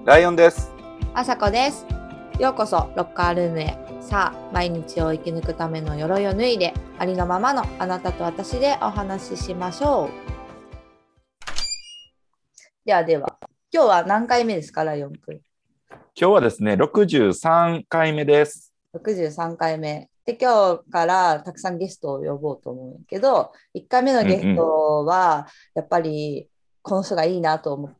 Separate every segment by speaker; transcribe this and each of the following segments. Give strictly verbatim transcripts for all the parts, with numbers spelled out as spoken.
Speaker 1: ライオンです。
Speaker 2: あさこです。ようこそロッカールームへ。さあ、毎日を生き抜くための鎧を脱いで、ありのままのあなたと私でお話ししましょう。ではでは、今日は何回目ですか、ライオンくん。
Speaker 1: 今日はですね、ろくじゅうさんかいめです。
Speaker 2: ろくじゅうさんかいめ。で、今日からたくさんゲストを呼ぼうと思うんだけど、いっかいめのゲストは、やっぱりこの人がいいなと思って、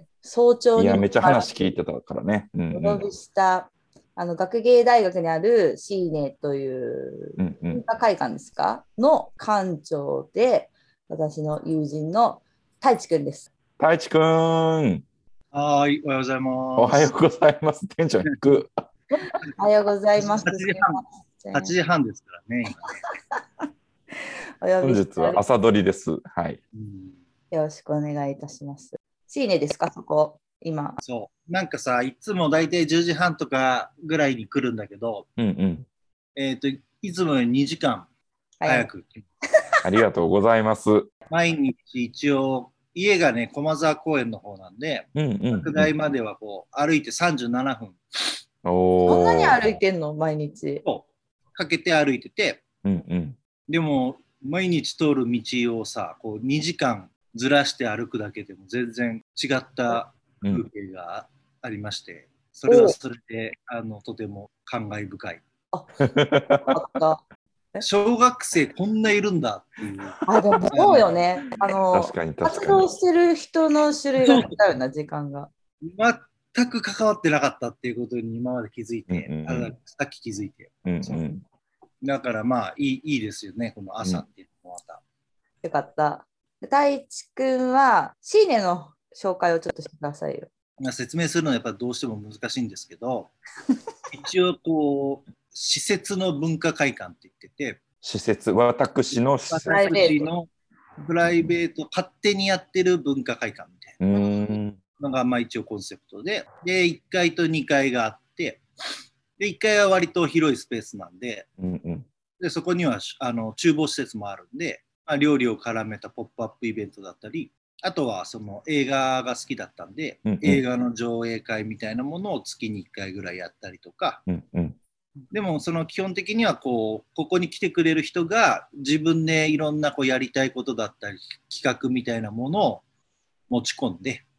Speaker 2: 早朝に
Speaker 1: いや、めっちゃ話聞いてたからね。うんうん、
Speaker 2: お呼びしたあの学芸大学にあるシーネという
Speaker 1: うんうん、
Speaker 2: 文化会館ですかの館長で、私の友人の太一くんです。
Speaker 1: 太一くん。
Speaker 3: はい、おはようございます。
Speaker 1: おはようございます。テンション低く。
Speaker 2: おはようございます。
Speaker 3: はちじはん、はちじはんですからね。
Speaker 2: お呼
Speaker 1: 本
Speaker 2: びして
Speaker 1: 日は朝撮りです。はい。
Speaker 3: うん、
Speaker 2: よろしくお願いいたします。シーネですか、そこ、今。
Speaker 3: そう。なんかさ、いつも大体じゅうじはんとかぐらいに来るんだけど、
Speaker 1: うんうん。
Speaker 3: えっと、いつもよりにじかん早く。
Speaker 1: ありがとうございます。
Speaker 3: 毎日一応、家がね、駒沢公園の方なんで、
Speaker 1: うんうんうん、
Speaker 3: 学大まではこう歩いてさんじゅうななふん。
Speaker 1: お
Speaker 2: そんなに歩いてんの毎日。
Speaker 3: そうかけて歩いてて、
Speaker 1: うんうん、
Speaker 3: でも、毎日通る道をさ、こうにじかんずらして歩くだけでも全然違った風景がありまして、うん、それはそれであのとても感慨深い。
Speaker 2: あ、あった
Speaker 3: 小学生こんないるんだっていう。
Speaker 2: あ、でもそうよね。あの
Speaker 1: 確かに確かに
Speaker 2: 活動してる人の種類が違うよな、時間が。
Speaker 3: 全く関わってなかったっていうことに今まで気づいて、
Speaker 1: うんうん、
Speaker 3: あさっき気づいて、
Speaker 1: うんうん、
Speaker 3: だからまあいい、いいですよね、この朝っていうのもまた。
Speaker 2: よかった。太一くんはシーネの紹介をちょっとしてくださいよ。
Speaker 3: 説明するのはやっぱりどうしても難しいんですけど、一応こう施設の文化会館って言ってて、
Speaker 1: 施設、私の施設、
Speaker 3: 私のプライベート勝手にやってる文化会館みたいなのがまあ一応コンセプトで、でいっかいとにかいがあって、でいっかいは割と広いスペースなんで、
Speaker 1: うんうん、
Speaker 3: でそこにはあの厨房施設もあるんで、まあ、料理を絡めたポップアップイベントだったり、あとはその映画が好きだったんで、うんうん、映画の上映会みたいなものを月にいっかいぐらいやったりとか、
Speaker 1: うんうん、
Speaker 3: でもその基本的にはこうここに来てくれる人が自分でいろんなこうやりたいことだったり企画みたいなものを持ち込んで、うん、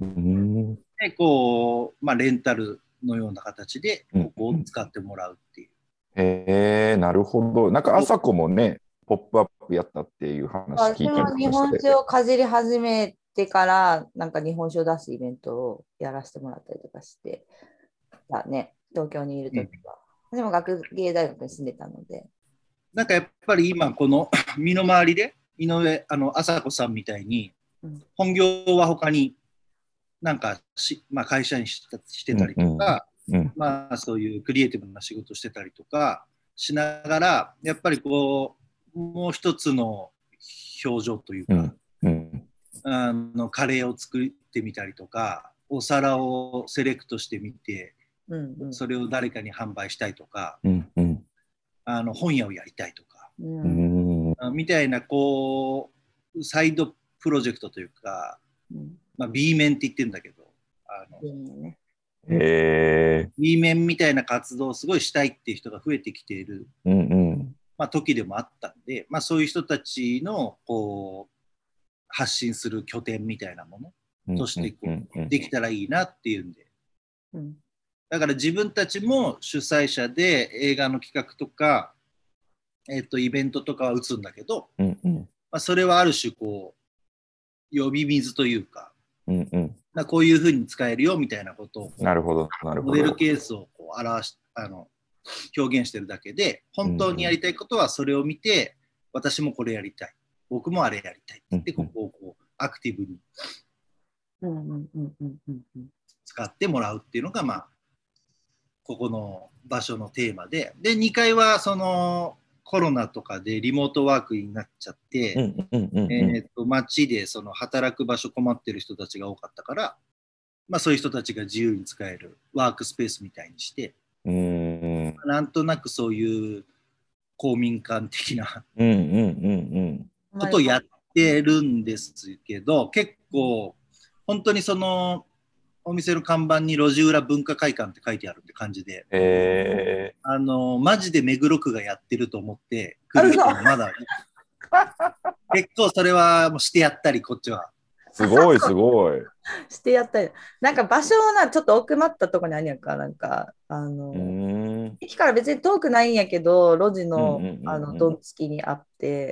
Speaker 3: でこう、まあ、レンタルのような形でここを使ってもらうっていう。
Speaker 1: うんうん、へえ、なるほど。なんか朝子もね、ポップアップやったっていう話聞いてました。
Speaker 2: 日本酒をかじり始めてから、なんか日本酒を出すイベントをやらせてもらったりとかして、だね、東京にいるときは。うん、でも学芸大学に住んでたので。
Speaker 3: なんかやっぱり今この身の回りで井上あの朝子さんみたいに、うん、本業は他になんかし、まあ、会社にし た, してたりとか、うんうん、まあ、そういうクリエイティブな仕事してたりとかしながら、やっぱりこうもう一つの表情というか、うんうん、あのカレーを作ってみたりとか、お皿をセレクトしてみて、うんうん、それを誰かに販売したいとか、うんうん、あの本屋をやりたいとか、うん、みたいなこうサイドプロジェクトというか、うんまあ、B 面って言ってるんだけど、あの、ね
Speaker 1: へ
Speaker 3: B 面みたいな活動をすごいしたいっていう人が増えてきている、うんうんまあ、時でもあったんで、まあ、そういう人たちのこう発信する拠点みたいなものとしてこう、うんうん、できたらいいなっていうんで、うん、だから自分たちも主催者で映画の企画とか、えー、とイベントとかは打つんだけど、うんうんまあ、それはある種こう呼び水というか、うんうん、こういうふうに使えるよみたいなことを
Speaker 1: なるほどなるほど
Speaker 3: モデルケースをこう表しあの表現してるだけで、本当にやりたいことはそれを見て、うん、私もこれやりたい、僕もあれやりたいって言って、ここをこうアクティブに使ってもらうっていうのが、まあ、ここの場所のテーマで、でにかいはそのコロナとかでリモートワークになっちゃって、街でその働く場所困ってる人たちが多かったから、まあ、そういう人たちが自由に使えるワークスペースみたいにして、うーんなんとなくそういう公民館的なことをやってるんですけど、結構本当にそのお店の看板に路地裏文化会館って書いてあるって感じで、
Speaker 1: え
Speaker 3: あのマジで目黒区がやってると思って来る人もまだ結構それはもうしてやったりこっちは。
Speaker 1: ー、すごいすごい。
Speaker 2: してやったり。なんか場所をな、ちょっと奥まったとこにあるんやんか、なんか、あの、
Speaker 1: うーん。
Speaker 2: 駅から別に遠くないんやけど、路地の、
Speaker 1: うんうんうんうん
Speaker 2: あの、どんつきにあって、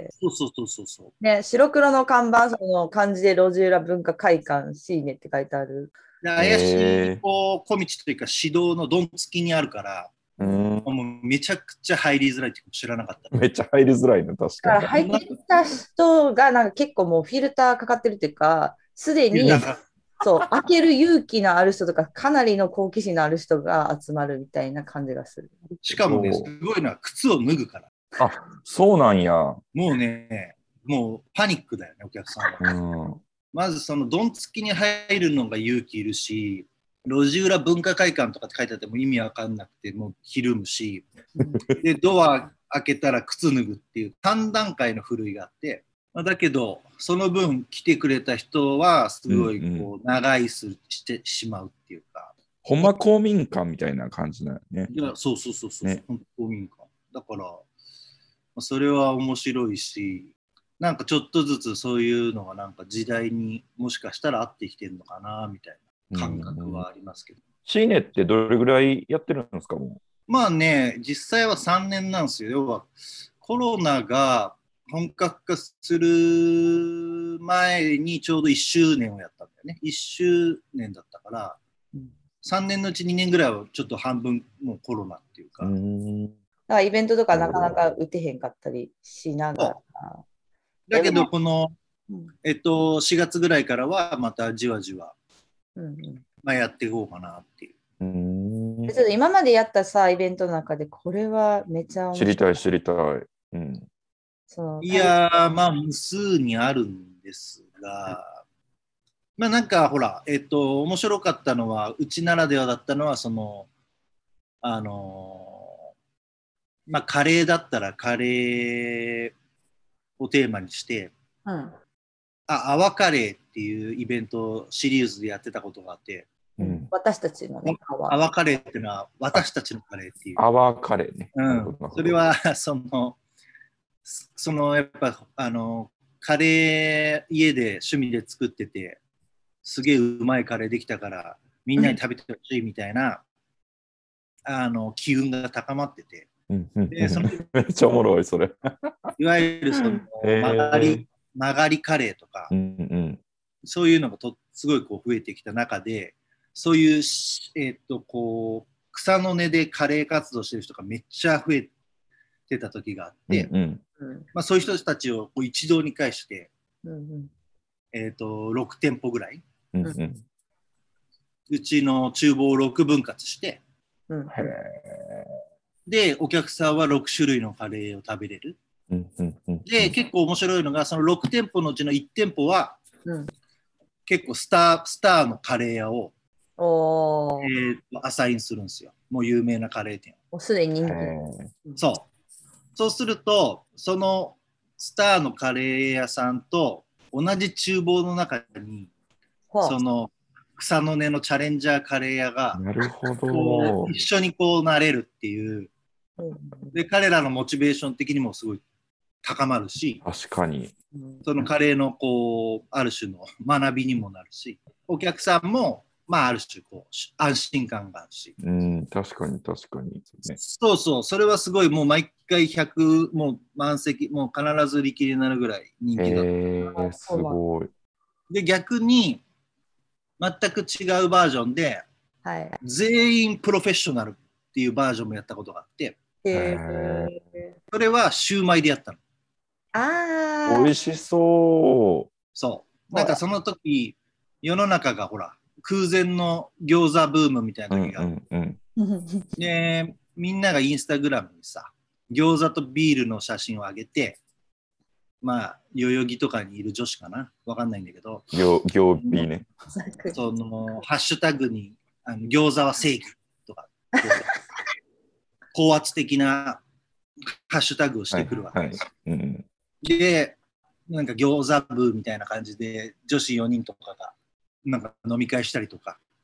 Speaker 3: そうそうそうそうそう。
Speaker 2: ね、白黒の看板、その漢字で路地裏文化会館シーネって書いてある。
Speaker 3: で怪し
Speaker 1: へー
Speaker 3: いこう小道というか市道のどんつきにあるから、
Speaker 1: うーん。
Speaker 3: もうめちゃくちゃ入りづらいって知らなかった。
Speaker 1: めっちゃ入りづらいの、確
Speaker 2: だか
Speaker 1: からに。
Speaker 2: 入ってきた人がなんか結構もうフィルターかかってるっていうか、すでに
Speaker 3: なんか
Speaker 2: そう開ける勇気のある人とか、かなりの好奇心のある人が集まるみたいな感じがする。
Speaker 3: しかもね、すごいのは靴を脱ぐから。
Speaker 1: あ、そうなんや。
Speaker 3: もうね、もうパニックだよね、お客さんは。
Speaker 1: うん。
Speaker 3: まずそのどんつきに入るのが勇気いるし、路地裏文化会館とかって書いてあっても意味わかんなくて、もうひるむし、で、ドア開けたら靴脱ぐっていうさん段階のふるいがあって、まあだけど、その分来てくれた人はすごいこう長居するしてしまうっていうか。
Speaker 1: ほんま公民館みたいな感じだよね。
Speaker 3: いや、そうそうそうそう、
Speaker 1: ね
Speaker 3: 本当公民館。だから、まあそれは面白いし、なんかちょっとずつそういうのがなんか時代にもしかしたら合ってきてるのかなみたいな感覚はありますけど。
Speaker 1: シーネってどれぐらいやってるんですか、も
Speaker 3: まあね、実際はさんねんなんですよ。要はコロナが本格化する前にちょうどいっしゅうねんをやったんだよね。いっしゅうねんだったから、さんねんのうちにねんぐらいはちょっと半分もうコロナっていうか。
Speaker 1: う。うーん。
Speaker 2: だからイベントとかなかなか打てへんかったりしながら。
Speaker 3: だけど、この、
Speaker 2: うん
Speaker 3: えっと、しがつぐらいからはまたじわじわ、
Speaker 2: うんうん
Speaker 3: まあ、やっていこうかなっていう。
Speaker 1: うーん。
Speaker 2: ちょっと今までやったさ、イベントの中で、これはめちゃ面白い。
Speaker 1: 知りたい、知りたい。うん。
Speaker 2: その
Speaker 3: いやー、まあ、無数にあるんですが、まあ、なんか、ほら、えっと、面白かったのは、うちならではだったのは、その、あのーまあ、カレーだったらカレーをテーマにして、
Speaker 2: うん、
Speaker 3: あ、泡カレーっていうイベントシリーズでやってたことがあって、
Speaker 1: うん。
Speaker 2: 私たちのね、
Speaker 3: 泡カレーっていうのは私たちのカレーっていう。
Speaker 1: アワーカレーね。
Speaker 3: うん、それはそのそのやっぱあのカレー家で趣味で作っててすげえうまいカレーできたからみんなに食べてほしいみたいなあの機運が高まってて、
Speaker 1: うんうんうん
Speaker 3: でその
Speaker 1: めっちゃおもろい、それ。
Speaker 3: いわゆるその
Speaker 1: へー
Speaker 3: 曲がり曲がりカレーとか、
Speaker 1: うんうん
Speaker 3: そういうのがとすごいこう増えてきた中で、そういう、えーっとこう草の根でカレー活動してる人がめっちゃ増えてた時があって、
Speaker 1: うんうん
Speaker 2: うん
Speaker 3: まあ、そういう人たちをこう一堂に会して、
Speaker 2: うんうん
Speaker 3: えーっとろく店舗ぐらい、
Speaker 1: うんうん
Speaker 3: うちの厨房をろく分割して、
Speaker 2: うん
Speaker 3: で、お客さんはろく種類のカレーを食べれる。
Speaker 1: うんうんうん
Speaker 3: で、結構面白いのが、そのろく店舗のうちのいち店舗は、
Speaker 2: うん
Speaker 3: 結構スター、スターのカレー屋を、
Speaker 2: おー
Speaker 3: えーとアサインするんですよ。もう有名なカレー店。
Speaker 2: もうすでに人気。
Speaker 1: へ
Speaker 3: そう。そうすると、そのスターのカレー屋さんと同じ厨房の中に、
Speaker 2: はあ
Speaker 3: その草の根のチャレンジャーカレー屋が
Speaker 1: ー、なるほ
Speaker 3: こ
Speaker 1: ど
Speaker 3: う。一緒にこうなれるっていう。
Speaker 2: うん
Speaker 3: で、彼らのモチベーション的にもすごい高まるし、
Speaker 1: 確かに。
Speaker 2: うん
Speaker 3: そのカレーのこう、ある種の学びにもなるし、お客さんも、まあ、ある種こう、安心感があるし。
Speaker 1: うん、確かに確かに。ね、
Speaker 3: そうそう、それはすごい、もう毎回ひゃく、もう満席、もう必ず売り切れになるぐらい人気だった。
Speaker 1: へー、すごい。
Speaker 3: で、逆に、全く違うバージョンで、
Speaker 2: はい。
Speaker 3: 全員プロフェッショナルっていうバージョンもやったことがあって、
Speaker 2: へ
Speaker 1: へ
Speaker 3: それはシューマイでやったの。
Speaker 2: あ
Speaker 1: 美味しそ
Speaker 3: そう。なんかその時、世の中がほら、空前の餃子ブームみたいな
Speaker 1: う。うん
Speaker 3: 時が、
Speaker 1: うんうん。
Speaker 2: あ。
Speaker 3: で、みんながインスタグラムにさ、餃子とビールの写真を上げて、まあ、代々木とかにいる女子かなわかんないんだけど、
Speaker 1: 行行美ね。
Speaker 3: その、ハッシュタグに、あの餃子は正義とか、こう高圧的なハッシュタグをしてくるわけ
Speaker 1: はい
Speaker 3: です。
Speaker 1: はいうん
Speaker 3: で、なんか餃子部みたいな感じで、女子よにんとかが、なんか飲み会したりとか、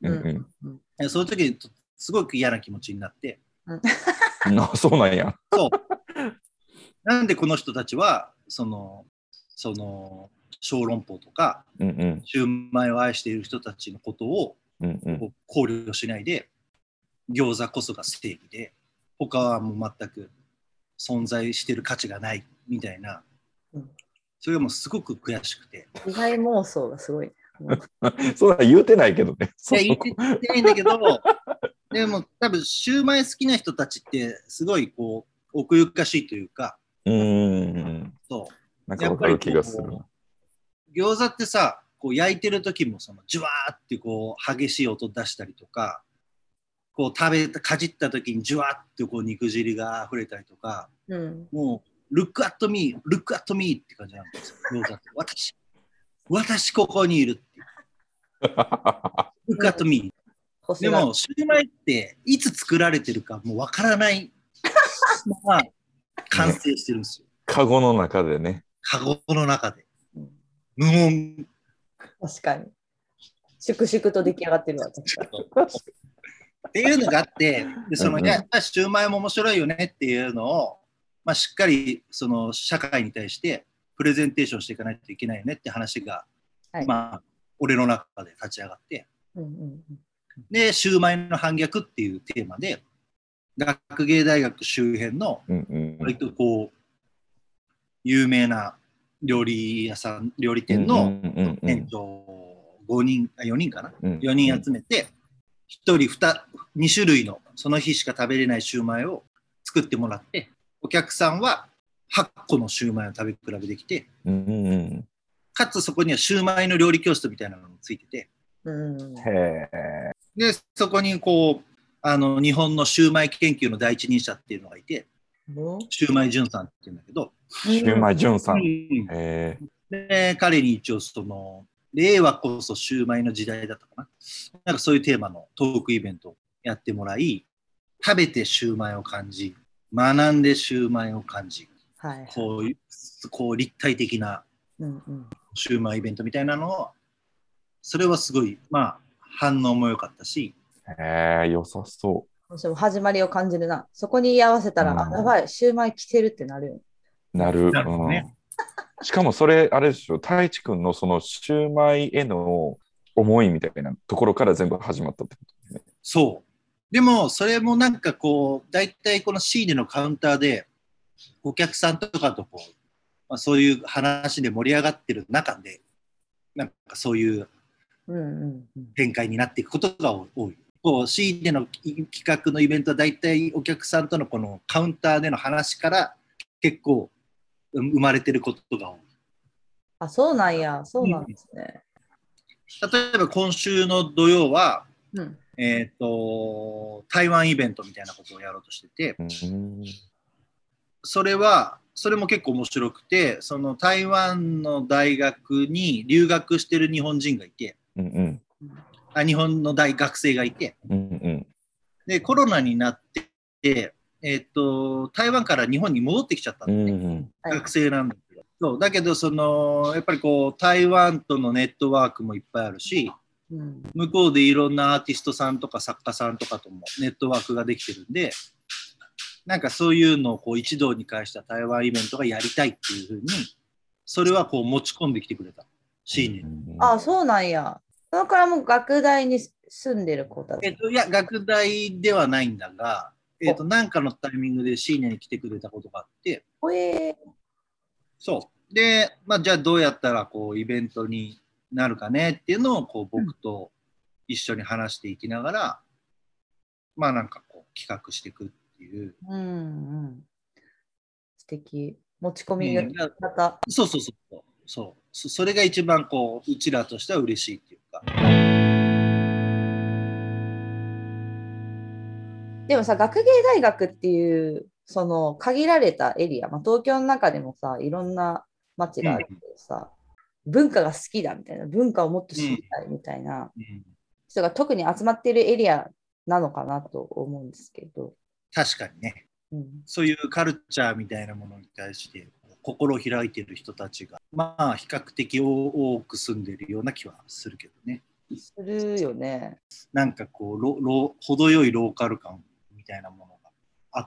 Speaker 1: うん
Speaker 3: うん、その時にすごく嫌な気持ちになって、
Speaker 1: うん、あ、そうなんや。
Speaker 3: そうなんでこの人たちはそのその小籠包とか、
Speaker 1: うんうん、
Speaker 3: シューマイを愛している人たちのことを考慮しないで、餃子こそが正義で他はもう全く存在している価値がないみたいな、うん、それがもうすごく悔しくて。
Speaker 2: 被害妄想がすごい。
Speaker 1: そんな言うてないけどね。
Speaker 3: いや、言ってないんだけど、でも多分シューマイ好きな人たちってすごいこう奥ゆかしいというか、
Speaker 1: うーん、
Speaker 3: そう。
Speaker 1: なんかわかる気がする。
Speaker 3: 餃子ってさ、こう焼いてる時もそのジュワーってこう激しい音出したりとか、こう食べたかじった時にジュワーってこう肉汁が溢れたりとか、うん、もうルックアットミー、ルックアットミーって感じなんですよ。餃子って私、私ここにいるっていう。ルックアットミー。でもシューマイっていつ作られてるかもうわからないのが完成してるんですよ。ね、
Speaker 1: カゴの中でね。
Speaker 3: カゴの中で。無音。
Speaker 2: 確かに。粛々と出来上がってるわ。
Speaker 3: っていうのがあって、でその、うんうん、やっぱりシューマイも面白いよねっていうのを、まあ、しっかりその社会に対してプレゼンテーションしていかないといけないよねって話が、はい、まあ、俺の中で立ち上がって、うんうん、で、シューマイの反逆っていうテーマで、学芸大学周辺の割とこう、有名な料理屋さん、料理店の店長ごにん、よにんかな、よにん集めて、ひとり 2, に種類のその日しか食べれないシューマイを作ってもらって、お客さんははっこのシューマイを食べ比べできて、うんうん、かつそこにはシューマイの料理教室みたいなのもついてて、うん、へでそこにこうあの日本のシューマイ研究の第一人者っていうのがいて、シューマイ潤さんっていうんだけど、
Speaker 1: シューマイ潤さん、うん、
Speaker 3: へで彼に一応その令和こそシューマイの時代だったかな。なんかそういうテーマのトークイベントをやってもらい、食べてシューマイを感じ、学んでシューマイを感じ、はいはい、こういう、こう立体的なシューマイイベントみたいなのを、それはすごい、まあ、反応も良かったし。
Speaker 1: へえ、良さそう。
Speaker 2: でも始まりを感じるな。そこに居合わせたら、うん、あ、やばい、シューマイ来てるってなるよ。
Speaker 1: なる。なるね。うんしかもそれ、あれでしょ、太一くんのそのシューマイへの思いみたいなところから全部始まったってことですね。
Speaker 3: そう。でも、それもなんかこう、大体このシーデのカウンターで、お客さんとかとこう、まあ、そういう話で盛り上がってる中で、なんかそういう展開になっていくことが多い。こう、シーデの企画のイベントは大体お客さんとのこのカウンターでの話から結構、生まれてることが多い。
Speaker 2: あ、そうなんや、そうなんですね。
Speaker 3: 例えば今週の土曜は、うん、えっと、台湾イベントみたいなことをやろうとしてて、うん、それは、それも結構面白くて、その台湾の大学に留学してる日本人がいて、うんうん、あ日本の大学生がいて、うんうん、で、コロナになって、えー、と台湾から日本に戻ってきちゃったんで、ね、うんうん、学生なんだけど、そうだけどそのやっぱりこう台湾とのネットワークもいっぱいあるし、うん、向こうでいろんなアーティストさんとか作家さんとかともネットワークができてるんで、なんかそういうのをこう一堂に会した台湾イベントがやりたいっていうふうに、それはこう持ち込んできてくれた、シーネに。
Speaker 2: あ、そうなんや。それからもう学大に住んでる子たち。
Speaker 3: えっと、いや、学大ではないんだが、えーと、なんかのタイミングでシーネに来てくれたことがあって、
Speaker 2: えー、
Speaker 3: そうで、まあ、じゃあどうやったらこうイベントになるかねっていうのをこう僕と一緒に話していきながら、うん、まあなんかこう企画していくっていう。うんうん、
Speaker 2: 素敵。持ち込みが方、
Speaker 3: うん、そうそうそうそう、それが一番こううちらとしては嬉しいっていうか。
Speaker 2: でもさ、学芸大学っていうその限られたエリア、まあ、東京の中でもさ、いろんな街があるけどさ、うん、文化が好きだみたいな、文化をもっと知りたいみたいな人が特に集まっているエリアなのかなと思うんですけど。
Speaker 3: 確かにね、うん、そういうカルチャーみたいなものに対して心を開いている人たちが、まあ比較的多く住んでいるような気はするけどね。
Speaker 2: するよね。
Speaker 3: なんかこうロロ程よいローカル感みたいなものがあって、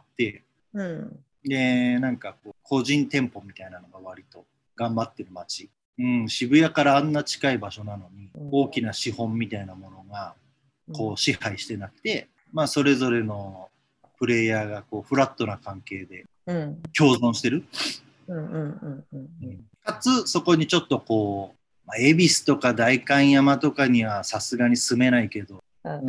Speaker 2: うん、
Speaker 3: でなんかこう個人店舗みたいなのが割と頑張ってる街、うん、渋谷からあんな近い場所なのに、うん、大きな資本みたいなものがこう支配してなくて、うん、まあそれぞれのプレイヤーがこうフラットな関係で共存してる。かつそこにちょっとこう、まあ、恵比寿とか代官山とかにはさすがに住めないけど、うん、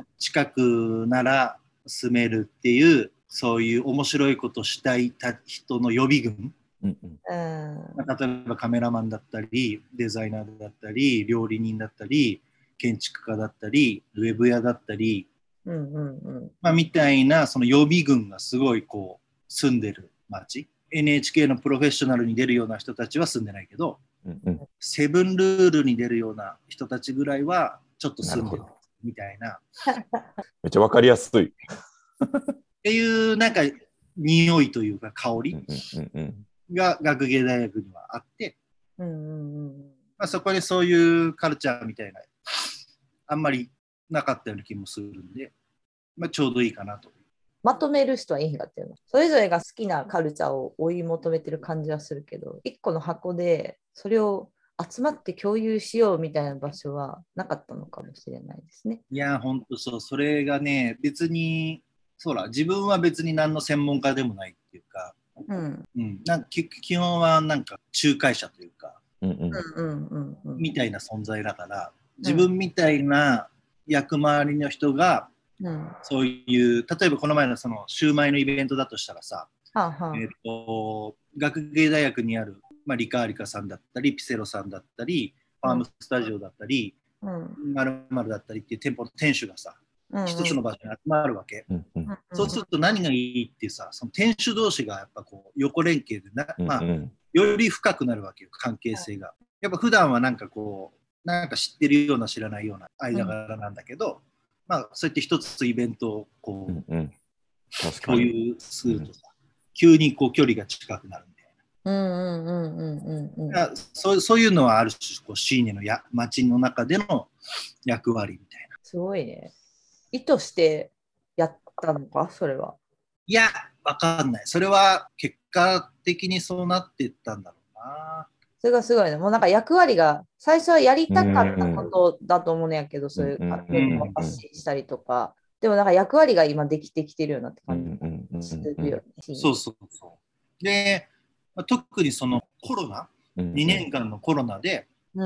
Speaker 3: 近くなら住めるっていうそういう面白いことしたい人の予備軍、うんうん、まあ、例えばカメラマンだったりデザイナーだったり料理人だったり建築家だったりウェブ屋だったり、うんうんうんまあ、みたいなその予備軍がすごいこう住んでる街、 エヌエイチケー のプロフェッショナルに出るような人たちは住んでないけど、うんうん、セブンルールに出るような人たちぐらいはちょっと住んでるみたいな
Speaker 1: めっちゃわかりやすい
Speaker 3: っていうなんか匂いというか香りが学芸大学にはあって、うんうんうんまあ、そこでそういうカルチャーみたいなあんまりなかったような気もするんで、まあ、ちょうどいいかなと。
Speaker 2: まとめる人はいいんだっていうの。それぞれが好きなカルチャーを追い求めてる感じはするけど、一個の箱でそれを集まって共有しようみたいな場所はなかったのかもしれないですね。
Speaker 3: いや、ほんとそう。それがね、別に、そうだ、自分は別に何の専門家でもないっていうか、うんうん、なんか基本はなんか仲介者というか、みたいな存在だから、自分みたいな役回りの人が、うん、そういう、例えばこの前のそのシューマイのイベントだとしたらさ、はあはあ、えーと、学芸大学にある、まあ、リカーリカさんだったりピセロさんだったりファームスタジオだったり、まるまるだったりっていう店舗の店主がさ、うんうん、一つの場所に集まるわけ、うんうん、そうすると何がいいってさ、その店主同士がやっぱこう横連携でな、まあ、うんうん、より深くなるわけよ、関係性が。やっぱ普段はなんかこうなんか知ってるような知らないような間柄なんだけど、うん、まあそうやって一つイベントをこう、うんうん、共有するとさ、うん、急にこう距離が近くなるみたいな。そういうのはある種こうシーネのや街の中での役割みたいな。
Speaker 2: すごいね。意図してやったのか、それは。
Speaker 3: いや、わかんない。それは結果的にそうなっていったんだろうな。
Speaker 2: それがすごいね。もうなんか役割が最初はやりたかったことだと思うんやけど、そういう発信したりとか。でもなんか役割が今できてきてるようなって感じするよね。
Speaker 3: そうそうそう。で、特にそのコロナ、にねんかんのコロナで、うん、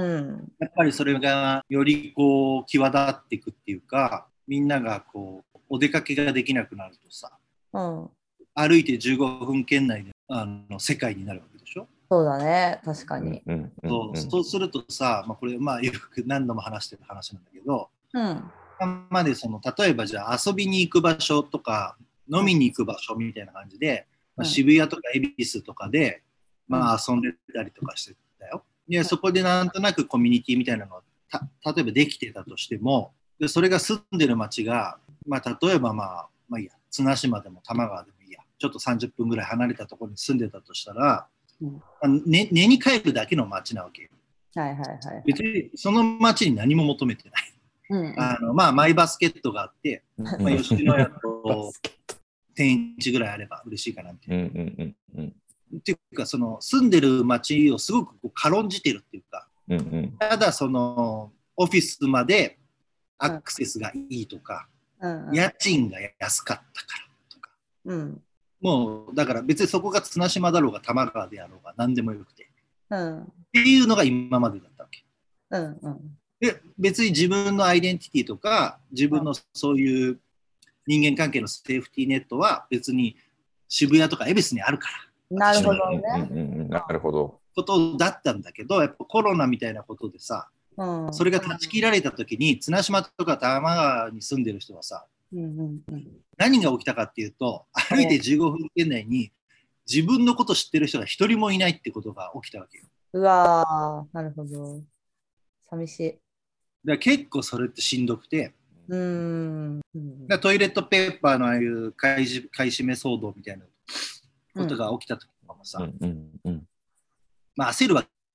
Speaker 3: やっぱりそれがよりこう際立っていくっていうか、みんながこうお出かけができなくなるとさ、うん、歩いてじゅうごふん圏内であの世界になるわけでしょ。
Speaker 2: そうだね、確かに。
Speaker 3: そうそうするとさ、まあ、これまあよく何度も話してる話なんだけど、うん、今までその例えばじゃあ遊びに行く場所とか飲みに行く場所みたいな感じで、まあ、渋谷とか恵比寿とかで、まあ、遊んでたりとかしてたよ。でそこでなんとなくコミュニティみたいなのが例えばできてたとしても、でそれが住んでる町が、まあ、例えばまあ、まあいいや、綱島でも多摩川でもいいや、ちょっとさんじゅっぷんぐらい離れたところに住んでたとしたら、うん、ね、寝に帰るだけの町なわけよ。
Speaker 2: はいはいはい、はい、
Speaker 3: 別にその町に何も求めてない。うんうん、あのまあ、マイバスケットがあって、まあ、吉野家と天一ぐらいあれば嬉しいかなみたいな。うんうんうん、っていうかその住んでる町をすごくこう軽んじてるっていうか、うんうん、ただそのオフィスまでアクセスがいいとか、うんうん、家賃が安かったからとか、うん、もうだから別にそこが綱島だろうが多摩川であろうが何でもよくて、うん、っていうのが今までだったわけ。うんうん、で別に自分のアイデンティティとか自分のそういう人間関係のセーフティーネットは別に渋谷とか恵比寿にあるから。
Speaker 2: なるほどね。
Speaker 1: なるほど。
Speaker 3: ことだったんだけど、やっぱコロナみたいなことでさ、うん、それが断ち切られた時に綱島とか多摩川に住んでる人はさ、うんうんうん、何が起きたかっていうと、歩いてじゅうごふん圏内に自分のこと知ってる人が一人もいないってことが起きたわけよ。
Speaker 2: うわー、なるほど。寂しい。だか
Speaker 3: ら結構それってしんどくて、うーん、だトイレットペーパーのああいう買い占め騒動みたいなことが起きた時とかもさ、うんうんうん、まあ焦るわ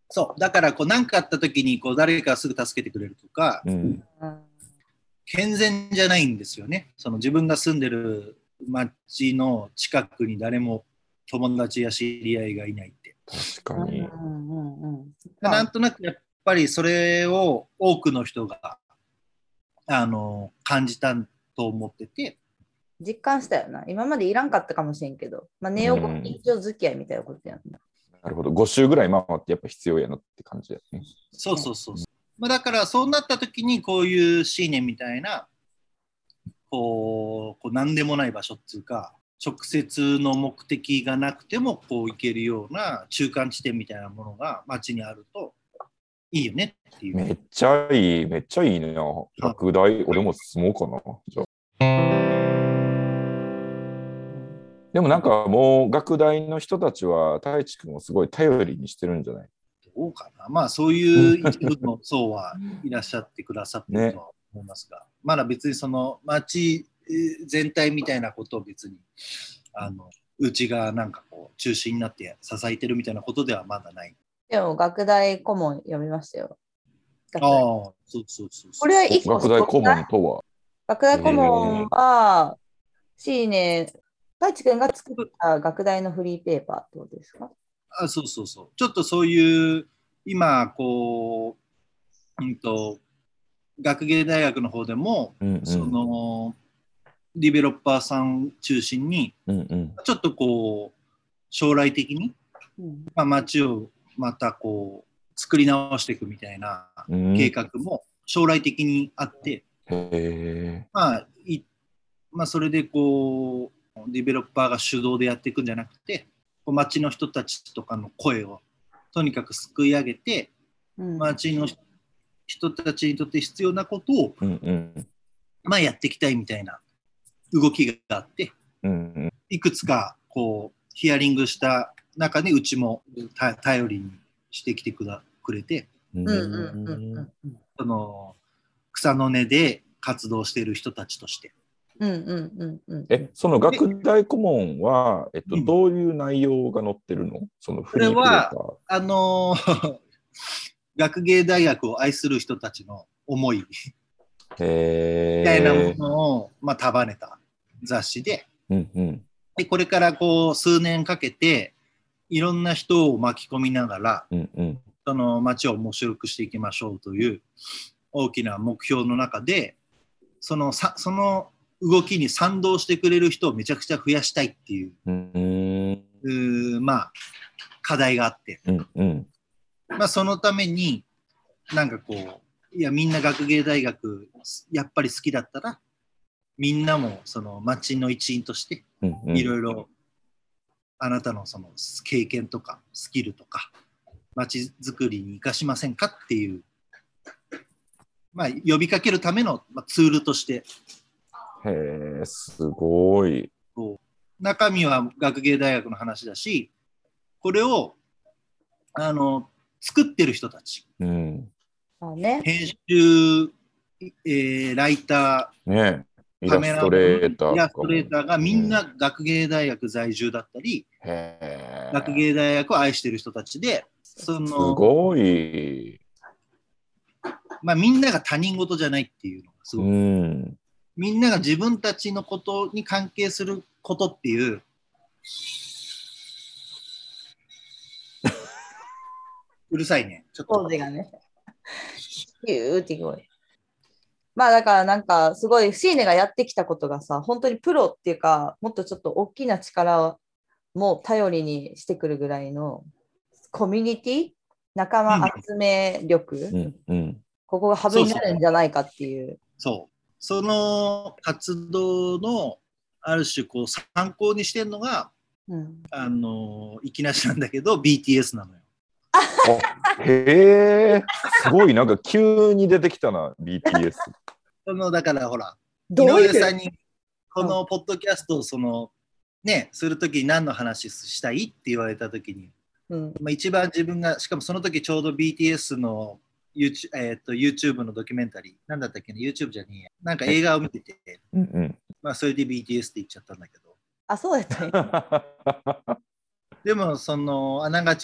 Speaker 3: そうだからこう何かあった時にこう誰かがすぐ助けてくれるとか、
Speaker 1: うん、
Speaker 3: 健全じゃないんですよね。その自分が住んでる町の近くに誰も友達や知り合いがいないって。
Speaker 1: 確かに。
Speaker 2: うんうんうん、
Speaker 3: なんとなくやっぱりそれを多くの人があの感じたと思ってて。
Speaker 2: 実感したよな。今までいらんかったかもしれんけど、まあ、ネオゴ一応付き合いみたいなことやんな。
Speaker 1: なるほど。ご週ぐらい回ってやっぱ必要やなって感じだよね。
Speaker 3: そうそうそう。まあ、だからそうなった時にこういうシーネみたいなこう、こう何でもない場所っていうか直接の目的がなくてもこう行けるような中間地点みたいなものが街にあるといいよねっていう。
Speaker 1: めっちゃいい、めっちゃいいね。学大、俺も住もうかな。じゃあでもなんかもう学大の人たちは太一君をすごい頼りにしてるんじゃない？
Speaker 3: どうかな。まあそういう一部の層はいらっしゃってくださってるとは思いますが、ね、まだ別にその町全体みたいなことを別にあのうちがなんかこう中心になって支えてるみたいなことではまだない。
Speaker 2: でも学大顧問読みましたよ。
Speaker 3: ああ、そうそうそう。
Speaker 2: これは一個
Speaker 1: 学大顧問とは
Speaker 2: 学大顧問は、シーネ、太一君が作った学大のフリーペーパーってことですか？
Speaker 3: あ、そうそうそう。ちょっとそういう、今、こう、うんと、学芸大学の方でも、うんうん、その、ディベロッパーさん中心に、うんうん、ちょっとこう、将来的に、うんまあ、街をまたこう、作り直していくみたいな計画も将来的にあって、うん、まあ、いまあ、それでこう、ディベロッパーが主導でやっていくんじゃなくて、町の人たちとかの声をとにかくすくい上げて、うん、町の人たちにとって必要なことを、うんうんまあ、やっていきたいみたいな動きがあって、うんうん、いくつかこうヒアリングした中でうちも頼りにしてきてくれて、その草の根で活動している人たちとして。
Speaker 2: うんうんうんうん、
Speaker 1: え、その学大顧問は、えっと、うん、どういう内容が載ってるの？そのフリーペーパー。
Speaker 3: これは、あのー、学芸大学を愛する人たちの思いみたいなものを、まあ、束ねた雑誌で、うんうん、でこれからこう数年かけていろんな人を巻き込みながら、うんうん、その街を面白くしていきましょうという大きな目標の中で、そのさその動きに賛同してくれる人をめちゃくちゃ増やしたいっていう、うんうまあ課題があって、うんうんまあ、そのためになんかこういやみんな学芸大学やっぱり好きだったらみんなもその町の一員としていろいろあなたのその経験とかスキルとか町づくりに生かしませんかっていう、まあ、呼びかけるためのツールとして。
Speaker 1: へえ、すごい。
Speaker 3: 中身は学芸大学の話だし、これをあの作ってる人たち、うんね、編集、えー、ライター、
Speaker 1: ね、イラストレーター、
Speaker 3: イラストレーターがみんな学芸大学在住だったり、うん、学芸大学を愛してる人たちで、その
Speaker 1: すごい、
Speaker 3: まあ、みんなが他人事じゃないっていうのがすごい。うんみんなが自分たちのことに関係することっていううるさいね。ちょっと。
Speaker 2: 工事がね。ヒューって聞こえる。まあだからなんかすごいシーネがやってきたことがさ、本当にプロっていうか、もっとちょっと大きな力も頼りにしてくるぐらいのコミュニティ、仲間集め力、うんうん、ここがハブになるんじゃないかっていう。
Speaker 3: そう。その活動のある種こう参考にしてるのが、うん、あのいきなしなんだけど ビーティーエス なのよ。
Speaker 1: へえ、すごいなんか急に出てきたな ビーティーエス。
Speaker 3: そのだからほら井上さんにこのポッドキャストをそのねするときに何の話したいって言われたときに、うんまあ、一番自分がしかもその時ちょうど ビーティーエス のYouTube, えー、と YouTube のドキュメンタリーなんだったっけね YouTube じゃねえやなんか映画を見てて、うんうんまあ、それで ビーティーエス って言っちゃったんだけど
Speaker 2: あそうやったね
Speaker 3: でもそのあながち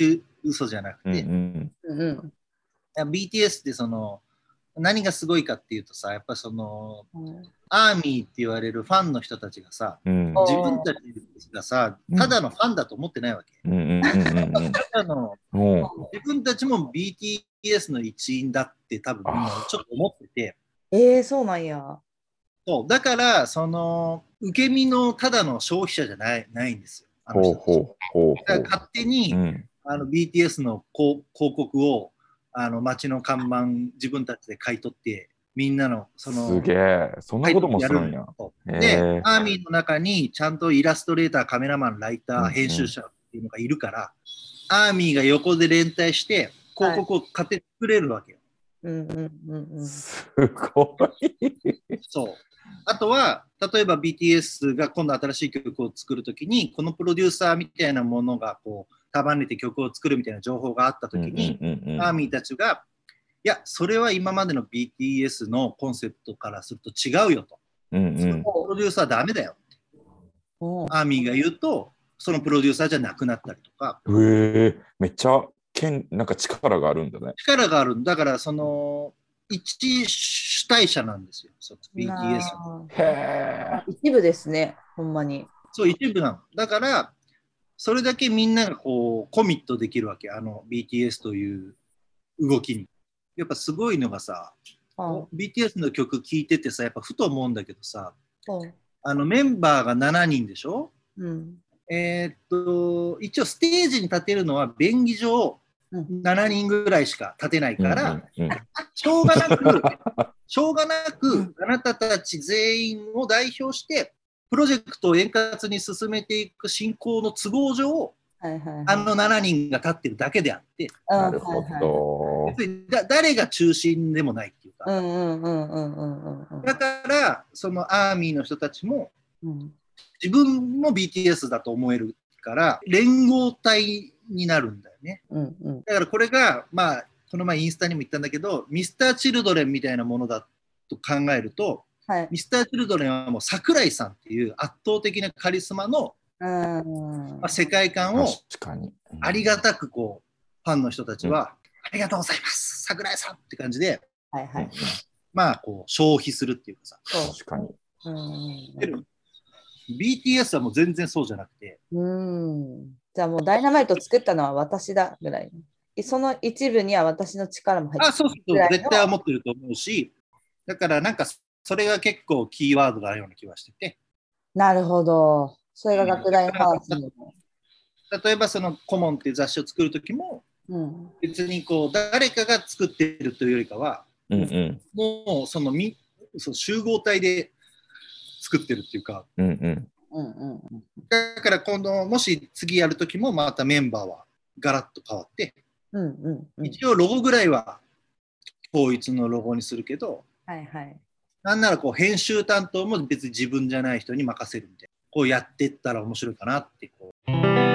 Speaker 3: 嘘じゃなくて、
Speaker 1: うん
Speaker 2: うんうん
Speaker 3: や ビーティーエス ってその何がすごいかっていうとさ、やっぱその
Speaker 2: うん
Speaker 3: アーミーって言われるファンの人たちがさ、
Speaker 1: うん
Speaker 3: 自分たちがさ、ただのファンだと思ってないわけ。
Speaker 1: うんうんうんうん
Speaker 3: ただの
Speaker 1: うん
Speaker 3: 自分たちも ビーティーエス の一員だって多分みんなちょっと思ってて、
Speaker 2: えー、そうなんや。
Speaker 3: そうだからその受け身のただの消費者じゃないないんですよ。あの人たち
Speaker 1: ほうほうほうほう。
Speaker 3: だから勝手に、
Speaker 1: うん
Speaker 3: あの ビーティーエス の広広告をあの街の看板自分たちで買い取ってみんなのその
Speaker 1: すげえ。そんなこともするんや。へ
Speaker 3: で
Speaker 1: え、
Speaker 3: アーミーの中にちゃんとイラストレーター、カメラマン、ライター、
Speaker 1: うんうん
Speaker 3: 編集者っていうのがいるから、アーミーが横で連帯して広告を勝手に作れるわけよ。
Speaker 2: うんうんうんうん。
Speaker 1: すごい。
Speaker 3: そうあとは例えば ビーティーエス が今度新しい曲を作るときにこのプロデューサーみたいなものがこう束ねて曲を作るみたいな情報があったときに、
Speaker 1: うんうんうんうん
Speaker 3: アーミーたちがいやそれは今までの ビーティーエス のコンセプトからすると違うよと、
Speaker 1: うんうん
Speaker 3: プロデューサーはダメだよ
Speaker 2: お
Speaker 3: アーミーが言うとそのプロデューサーじゃなくなったりとか
Speaker 1: へえ、めっちゃ剣なんか力があるんだね。
Speaker 3: 力があるだからその一主体者なんですよその ビーティーエス の
Speaker 1: へえ。
Speaker 2: 一部ですね、ほんまに。
Speaker 3: そう一部なのだからそれだけみんながこうコミットできるわけあの ビーティーエス という動きにやっぱすごいのがさ、
Speaker 2: うん、
Speaker 3: ビーティーエス の曲聴いててさやっぱふと思うんだけどさ
Speaker 2: うん
Speaker 3: あのメンバーがしちにんでしょ、
Speaker 2: うん
Speaker 3: えーっと一応ステージに立てるのは便宜上
Speaker 2: うん
Speaker 3: しちにんぐらいしか立てないから、
Speaker 1: うんうんうん
Speaker 3: しょうがなくしょうがなくあなたたち全員を代表してプロジェクトを円滑に進めていく進行の都合上
Speaker 2: はいはいはい、
Speaker 3: あのしちにんが立ってるだけであって
Speaker 1: なるほど。
Speaker 3: 別にだ誰が中心でもないっていうか、
Speaker 2: うんうんうんうんうんうん
Speaker 3: だからそのアーミーの人たちも
Speaker 2: うん
Speaker 3: 自分も ビーティーエス だと思えるから連合体になるんだよね。
Speaker 2: うんうん
Speaker 3: だからこれがまあこの前インスタにも言ったんだけどミスターチルドレンみたいなものだと考えると
Speaker 2: はい
Speaker 3: ミスターチルドレンはもう桜井さんっていう圧倒的なカリスマの、
Speaker 2: うん
Speaker 3: まあ、世界観を
Speaker 1: 確かに。
Speaker 3: ありがたくこうファンの人たちは、ありがとうございます桜井さんって感じで
Speaker 2: はいはい。
Speaker 3: まあこう消費するっていうかさ
Speaker 2: そう
Speaker 1: 確かに。
Speaker 2: うん
Speaker 3: でも ビーティーエス はもう全然そうじゃなくて
Speaker 2: うんじゃあもうダイナマイト作ったのは私だぐらい。その一部には私の力も入って
Speaker 3: あそうそう
Speaker 2: ぐらいの
Speaker 3: 絶対思ってると思うしだからなんかそれが結構キーワードなような気はしてて
Speaker 2: なるほど。それが学大の話にも。
Speaker 3: 例えばそのコモンっていう雑誌を作る時も
Speaker 2: うん
Speaker 3: 別にこう誰かが作ってるというよりかは
Speaker 1: うんうん
Speaker 3: もうそのみその集合体で作ってるっていうか
Speaker 1: うんうん
Speaker 2: うんうん
Speaker 3: だから今度もし次やる時もまたメンバーはガラッと変わって
Speaker 2: うんうんうん。
Speaker 3: 一応ロゴぐらいは統一のロゴにするけど
Speaker 2: はいはい。
Speaker 3: なんならこう編集担当も別に自分じゃない人に任せるみたいなこうやっていったら面白いかなってこう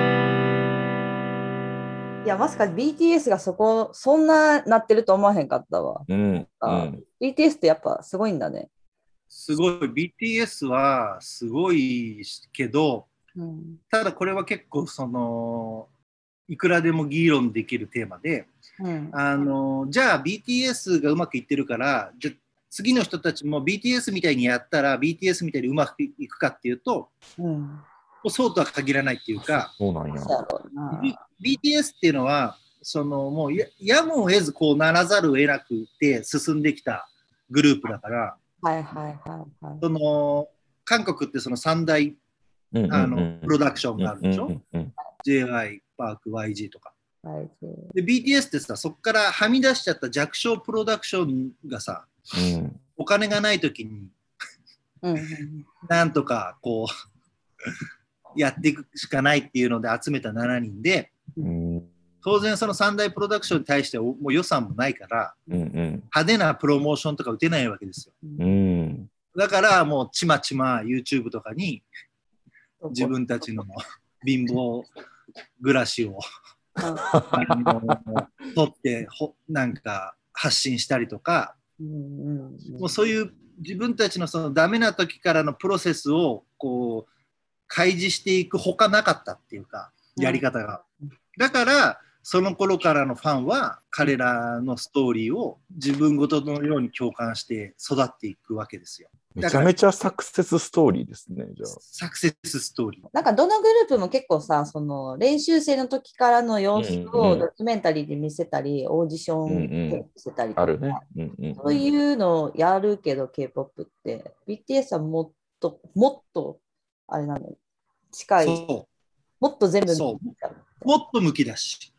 Speaker 2: いや、まさか ビーティーエス がそこ、そんななってると思わへんかったわ。
Speaker 1: うんう
Speaker 2: あ
Speaker 1: ん
Speaker 2: ビーティーエス ってやっぱすごいんだね。
Speaker 3: すごい ビーティーエス はすごいけど
Speaker 2: うん
Speaker 3: ただこれは結構そのいくらでも議論できるテーマで
Speaker 2: うん
Speaker 3: あのじゃあ ビーティーエス がうまくいってるからじゃ次の人たちも ビーティーエス みたいにやったら ビーティーエス みたいにうまくいくかっていうと
Speaker 2: うん。
Speaker 3: そうとは限らないっていうか
Speaker 1: そうなんや。
Speaker 2: そうやろうな。
Speaker 3: ビビーティーエス っていうのはそのもうややむを得ずこうならざるを得なくて進んできたグループだから
Speaker 2: はいはいはいはい。
Speaker 3: その韓国ってその三大
Speaker 1: うんうんうん
Speaker 3: あのプロダクションがあるでしょ、
Speaker 1: うんうんうん
Speaker 3: ジェイワイ、パーク、ワイジー とか。
Speaker 2: はい
Speaker 3: で ビーティーエス ってさそこからはみ出しちゃった弱小プロダクションがさ
Speaker 1: うん
Speaker 3: お金がない時に
Speaker 2: うんうん
Speaker 3: なんとかこうやっていくしかないっていうので集めたしちにんで
Speaker 1: うん
Speaker 3: 当然その三大プロダクションに対してもう予算もないから
Speaker 1: うん
Speaker 3: 派手なプロモーションとか打てないわけですよ
Speaker 1: うんうん
Speaker 3: だからもうちまちま YouTube とかに自分たちの貧乏暮らしをあの撮ってほなんか発信したりとか
Speaker 2: うんうん
Speaker 3: もうそういう自分たちのそのダメな時からのプロセスをこう開示していくほかなかったっていうかやり方がだからその頃からのファンは彼らのストーリーを自分ごとのように共感して育っていくわけですよ。
Speaker 1: めちゃめちゃサクセスストーリーですね、じゃあ。
Speaker 3: サクセスストーリー。
Speaker 2: なんかどのグループも結構さ、その練習生の時からの様子をドキュメンタリーで見せたり、オーディションで見せたりとか、
Speaker 1: あるね。うんうん、
Speaker 2: そういうのをやるけど K-ポップ って、ビーティーエス はもっと、もっと、あれなの、近い、もっと全部
Speaker 3: そうもっとむき出し。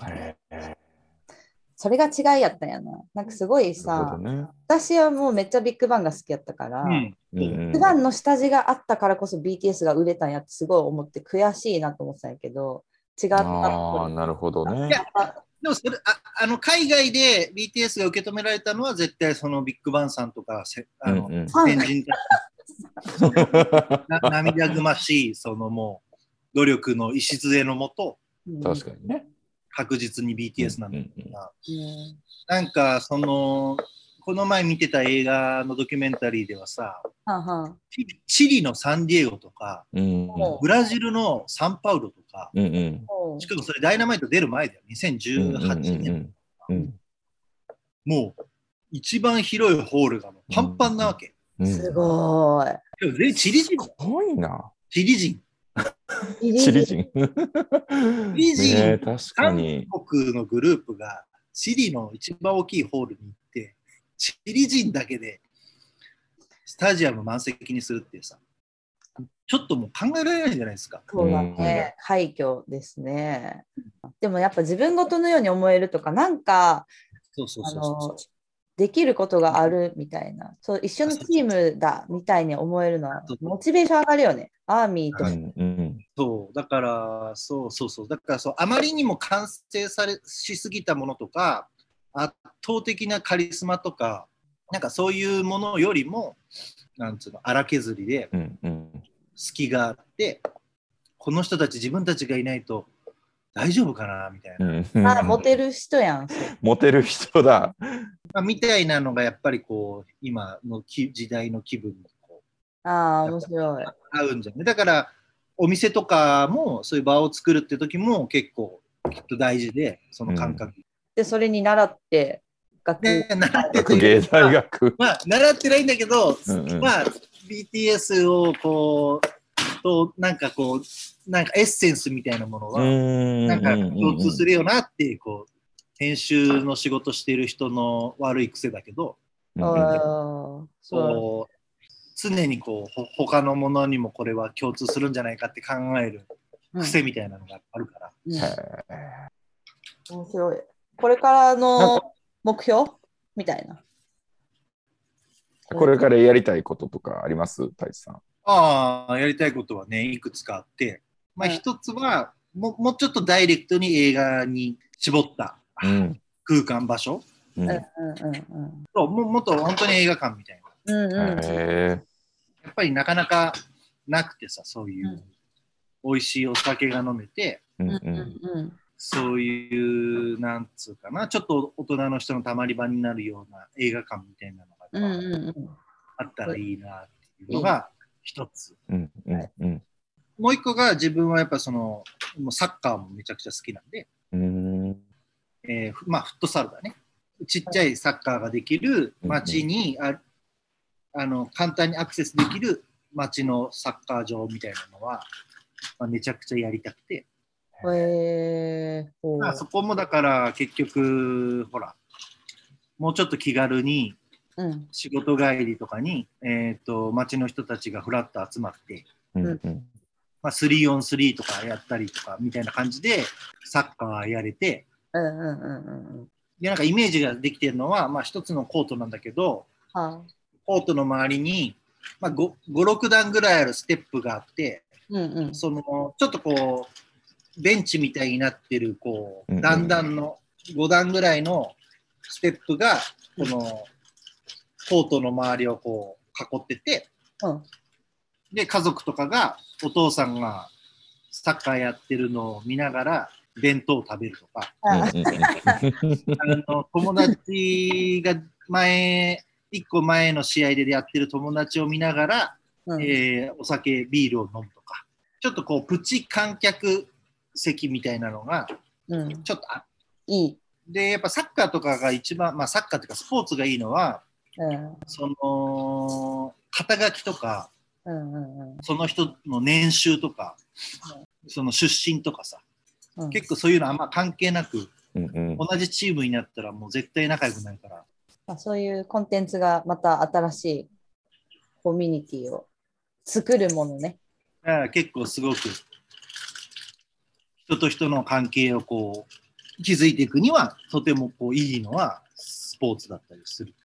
Speaker 2: それが違いやったんやな。なんかすごいさ、ね、私はもうめっちゃビッグバンが好きやったから、うん、ビッグバンの下地があったからこそ ビーティーエス が売れたんやってすごい思って悔しいなと思ってたんやけど、違った。
Speaker 1: ああ、なるほどね。
Speaker 3: いやでもそれああの海外で ビーティーエス が受け止められたのは絶対そのビッグバンさんとかあの、うんうん、先人たち涙ぐましいそのもう努力の礎のもと、
Speaker 1: 確かにね。
Speaker 3: 確実に ビーティーエス なんだけどな、うんうん、なんかそのこの前見てた映画のドキュメンタリーではさ、ははチリのサンディエゴとか、うん、ブラジルのサンパウロとか、うんうん、しかもそれダイナマイト出る前だよ、にせんじゅうはちねん、うんうんうん、もう一番広いホールがもうパンパンなわけ、
Speaker 2: うんうん、すごい。
Speaker 3: チリ人
Speaker 1: すごいな。
Speaker 3: チリ人
Speaker 1: チリ人。チ
Speaker 3: リ人、
Speaker 1: ね、確かに。
Speaker 3: 韓国のグループがチリの一番大きいホールに行って、チリ人だけでスタジアム満席にするってさ、ちょっともう考えられないじゃないですか。
Speaker 2: そうだね、快挙ですね。でもやっぱ自分ごとのように思えるとか、なんか、
Speaker 3: そうそうそうそう。
Speaker 2: できることがあるみたいな、そう一緒のチームだみたいに思えるのはモチベーション上がるよね、アーミーとか、
Speaker 3: うんうん、そうだからそうそうそうだからそうあまりにも完成されしすぎたものとか圧倒的なカリスマとかなんかそういうものよりもなんつうの荒削りで隙があって、うんうん、この人たち自分たちがいないと大丈夫かなみたいな、うん
Speaker 2: うん、あモテる人やん
Speaker 1: モテる人だ
Speaker 3: まあ、みたいなのがやっぱりこう今の時代の気分にこ
Speaker 2: うああ面白い
Speaker 3: 合うんじゃない。だからお店とかもそういう場を作るって時も結構きっと大事でその感覚、うん、
Speaker 2: でそれに習って学、
Speaker 3: ね、習って
Speaker 1: 学芸大学、
Speaker 3: まあ、習ってないんだけど、うんうん、まあ ビーティーエス をこうとなんかこうなんかエッセンスみたいなものはなんか共通するよなっていうこう編集の仕事している人の悪い癖だけど、うん、そう常にこう他のものにもこれは共通するんじゃないかって考える癖みたいなのがあるから、うんうん、
Speaker 2: 面白い。これからの目標みたいな。
Speaker 1: これからやりたいこととかあります？太一さん。
Speaker 3: ああ、やりたいことはねいくつかあって、まあ、一つはももうちょっとダイレクトに映画に絞った空間場所、うんうんうんうん、そうももっと本当に映画館みたいな、うんうん、やっぱりなかなかなくてさそういう、うん、美味しいお酒が飲めて、うんうん、そういうなんつうかなちょっと大人の人のたまり場になるような映画館みたいなのが、うんうんうん、あったらいいなっていうのが一つ、うんうんうん、もう一個が自分はやっぱそのもうサッカーもめちゃくちゃ好きなんで、うんえー、まあフットサルだねちっちゃいサッカーができる街に、うんうん、ああの簡単にアクセスできる街のサッカー場みたいなのは、まあ、めちゃくちゃやりたくて、
Speaker 2: えー
Speaker 3: まあ、そこもだから結局ほらもうちょっと気軽に仕事帰りとかに、うんえー、と街の人たちがフラッと集まって、うんうんまあ、スリーオンスリーとかやったりとかみたいな感じでサッカーやれて、うんうんうんうん、でなんかイメージができてるのは、まあ、一つのコートなんだけど、はあ、コートの周りに、まあ、ご、ろくだんぐらいあるステップがあって、うんうん、そのちょっとこうベンチみたいになってるこう段々のごだんぐらいのステップがこのコートの周りをこう囲ってて、うん、で家族とかがお父さんがサッカーやってるのを見ながら弁当を食べるとかあの友達が前いっこまえの試合でやってる友達を見ながら、うんえー、お酒ビールを飲むとかちょっとこうプチ観客席みたいなのが
Speaker 2: うん、
Speaker 3: ちょっとあ
Speaker 2: いい。
Speaker 3: で、やっぱサッカーとかが一番、まあサッカーというかスポーツがいいのは、
Speaker 2: うん、
Speaker 3: その、肩書きとか、
Speaker 2: うんうんうん、
Speaker 3: その人の年収とか、うん、その出身とかさ、うん、結構そういうのあんま関係なく、うんうん、同じチームになったらもう絶対仲良くなるから。
Speaker 2: まあ、そういうコンテンツがまた新しいコミュニティを作るものね。
Speaker 3: 結構すごく人と人の関係をこう築いていくにはとてもこういいのはスポーツだったりする。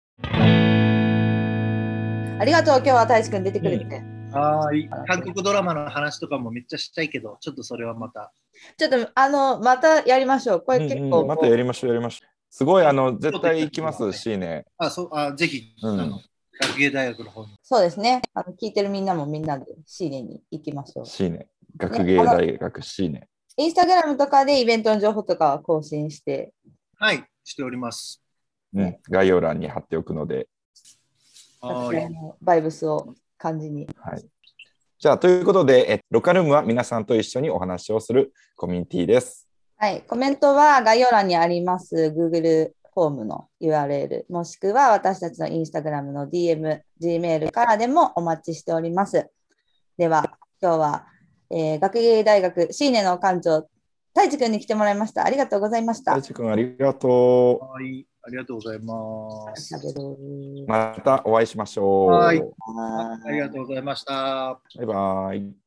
Speaker 2: ありがとう、今日は大志くん出てくれて。うん、
Speaker 3: はい。韓国ドラマの話とかもめっちゃしたいけど、ちょっとそれはまた。
Speaker 2: ちょっとあのまたやりましょう。これ結構、うんうん、
Speaker 1: またやりましょうやりましょう。すごいあの絶対行きますしね。
Speaker 3: あ、そうあぜひ、うん、あの学芸大学の方に。
Speaker 2: そうですね。あの聞いてるみんなもみんなでシーネに行きましょう。
Speaker 1: シーネ。学芸大学シーネ。
Speaker 2: インスタグラムとかでイベントの情報とか更新して。
Speaker 3: はい、しております。
Speaker 1: うん、概要欄に貼っておくので。
Speaker 2: はい。バイブスを感じに。
Speaker 1: はい。じゃあ、ということで、えロカルームは皆さんと一緒にお話をするコミュニティです。
Speaker 2: はい。コメントは概要欄にあります Google フォームの ユーアールエル、もしくは私たちのインスタグラムの ディーエム、Gmail からでもお待ちしております。では、今日は、えー、学芸大学シーネの館長、太一くんに来てもらいました。ありがとうございました。
Speaker 1: 太一くん、ありがと
Speaker 3: う。はい、ありがとうございます。
Speaker 1: またお会いしましょう。
Speaker 3: はい。ありがとうございました。
Speaker 1: バイバイ。